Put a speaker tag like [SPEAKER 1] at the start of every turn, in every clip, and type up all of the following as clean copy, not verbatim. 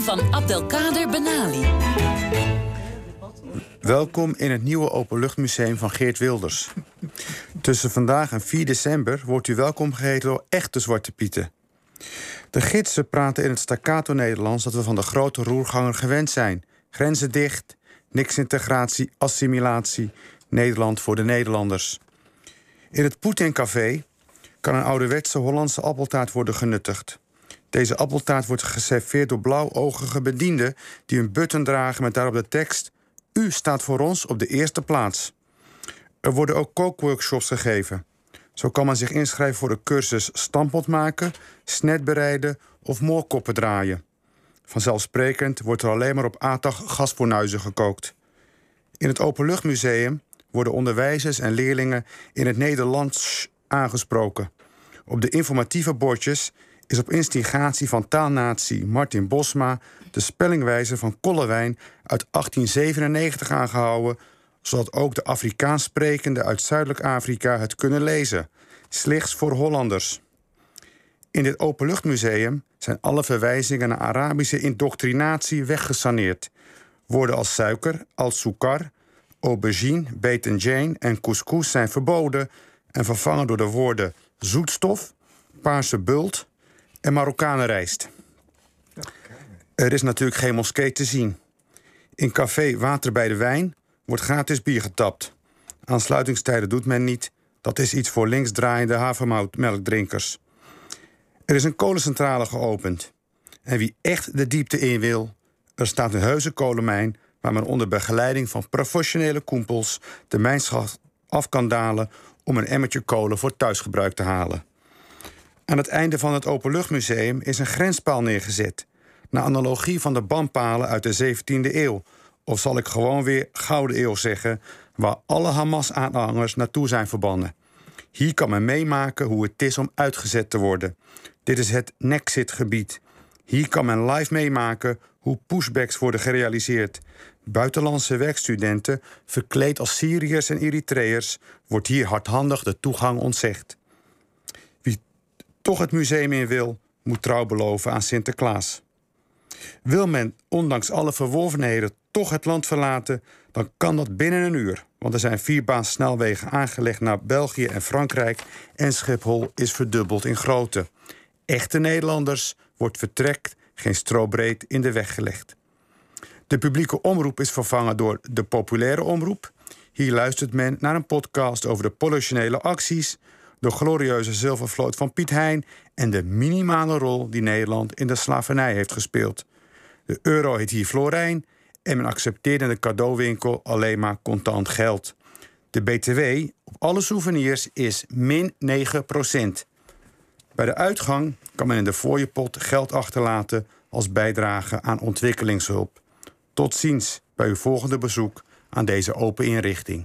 [SPEAKER 1] van Abdelkader Benali.
[SPEAKER 2] Welkom in het nieuwe Openluchtmuseum van Geert Wilders. Tussen vandaag en 4 december wordt u welkom geheten door echte Zwarte Pieten. De gidsen praten in het staccato-Nederlands dat we van de grote roerganger gewend zijn. Grenzen dicht, niks integratie, assimilatie, Nederland voor de Nederlanders. In het Poetincafé kan een ouderwetse Hollandse appeltaart worden genuttigd. Deze appeltaart wordt geserveerd door blauwogige bedienden die een button dragen met daarop de tekst: U staat voor ons op de eerste plaats. Er worden ook kookworkshops gegeven. Zo kan men zich inschrijven voor de cursus stampot maken, snet bereiden of moorkoppen draaien. Vanzelfsprekend wordt er alleen maar op ATAG gasfornuizen gekookt. In het Openluchtmuseum worden onderwijzers en leerlingen in het Nederlands aangesproken. Op de informatieve bordjes is op instigatie van taalnatie Martin Bosma de spellingwijze van Kollewijn uit 1897 aangehouden, zodat ook de Afrikaans sprekenden uit Zuidelijk Afrika het kunnen lezen. Slechts voor Hollanders. In dit Openluchtmuseum zijn alle verwijzingen naar Arabische indoctrinatie weggesaneerd. Woorden als suiker, al-sukar, aubergine, beten-jane en couscous zijn verboden en vervangen door de woorden zoetstof, paarse bult en Marokkanenrijst. Er is natuurlijk geen moskee te zien. In café Water bij de Wijn wordt gratis bier getapt. Aansluitingstijden doet men niet. Dat is iets voor linksdraaiende havermelkdrinkers. Er is een kolencentrale geopend. En wie echt de diepte in wil, er staat een heuse kolenmijn waar men onder begeleiding van professionele koempels de mijnschacht af kan dalen om een emmertje kolen voor thuisgebruik te halen. Aan het einde van het Openluchtmuseum is een grenspaal neergezet, naar analogie van de bandpalen uit de 17e eeuw. Of zal ik gewoon weer Gouden Eeuw zeggen, waar alle Hamas-aanhangers naartoe zijn verbannen. Hier kan men meemaken hoe het is om uitgezet te worden. Dit is het Nexit-gebied. Hier kan men live meemaken hoe pushbacks worden gerealiseerd. Buitenlandse werkstudenten, verkleed als Syriërs en Eritreërs, wordt hier hardhandig de toegang ontzegd. Wie toch het museum in wil, moet trouw beloven aan Sinterklaas. Wil men, ondanks alle verworvenheden, toch het land verlaten, dan kan dat binnen een uur. Want er zijn 4-baansnelwegen aangelegd naar België en Frankrijk en Schiphol is verdubbeld in grootte. Echte Nederlanders wordt vertrek geen strobreed in de weg gelegd. De publieke omroep is vervangen door de populaire omroep. Hier luistert men naar een podcast over de politionele acties, de glorieuze zilvervloot van Piet Hein en de minimale rol die Nederland in de slavernij heeft gespeeld. De euro heet hier florijn en men accepteert in de cadeauwinkel alleen maar contant geld. De BTW op alle souvenirs is min 9%. Bij de uitgang kan men in de fooiepot geld achterlaten als bijdrage aan ontwikkelingshulp. Tot ziens bij uw volgende bezoek aan deze open inrichting.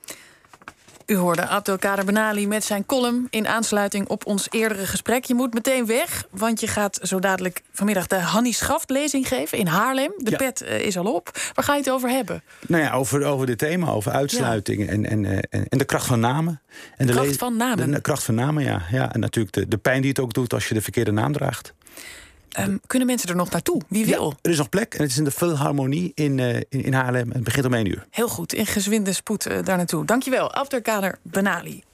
[SPEAKER 3] U hoorde Abdelkader Benali met zijn column in aansluiting op ons eerdere gesprek. Je moet meteen weg, want je gaat zo dadelijk vanmiddag de Hannie Schaft-lezing geven in Haarlem. De pet is al op. Waar ga je het over hebben?
[SPEAKER 4] Nou ja, over dit thema, over uitsluiting en de kracht van namen. En
[SPEAKER 3] kracht van namen?
[SPEAKER 4] De kracht van namen, ja. En natuurlijk de pijn die het ook doet als je de verkeerde naam draagt.
[SPEAKER 3] Kunnen mensen er nog naartoe? Wie wil?
[SPEAKER 4] Ja, er is nog plek en het is in de Philharmonie in Haarlem. Het begint om 1 uur.
[SPEAKER 3] Heel goed, in gezwinde spoed daar naartoe. Dankjewel, Abdelkader Benali.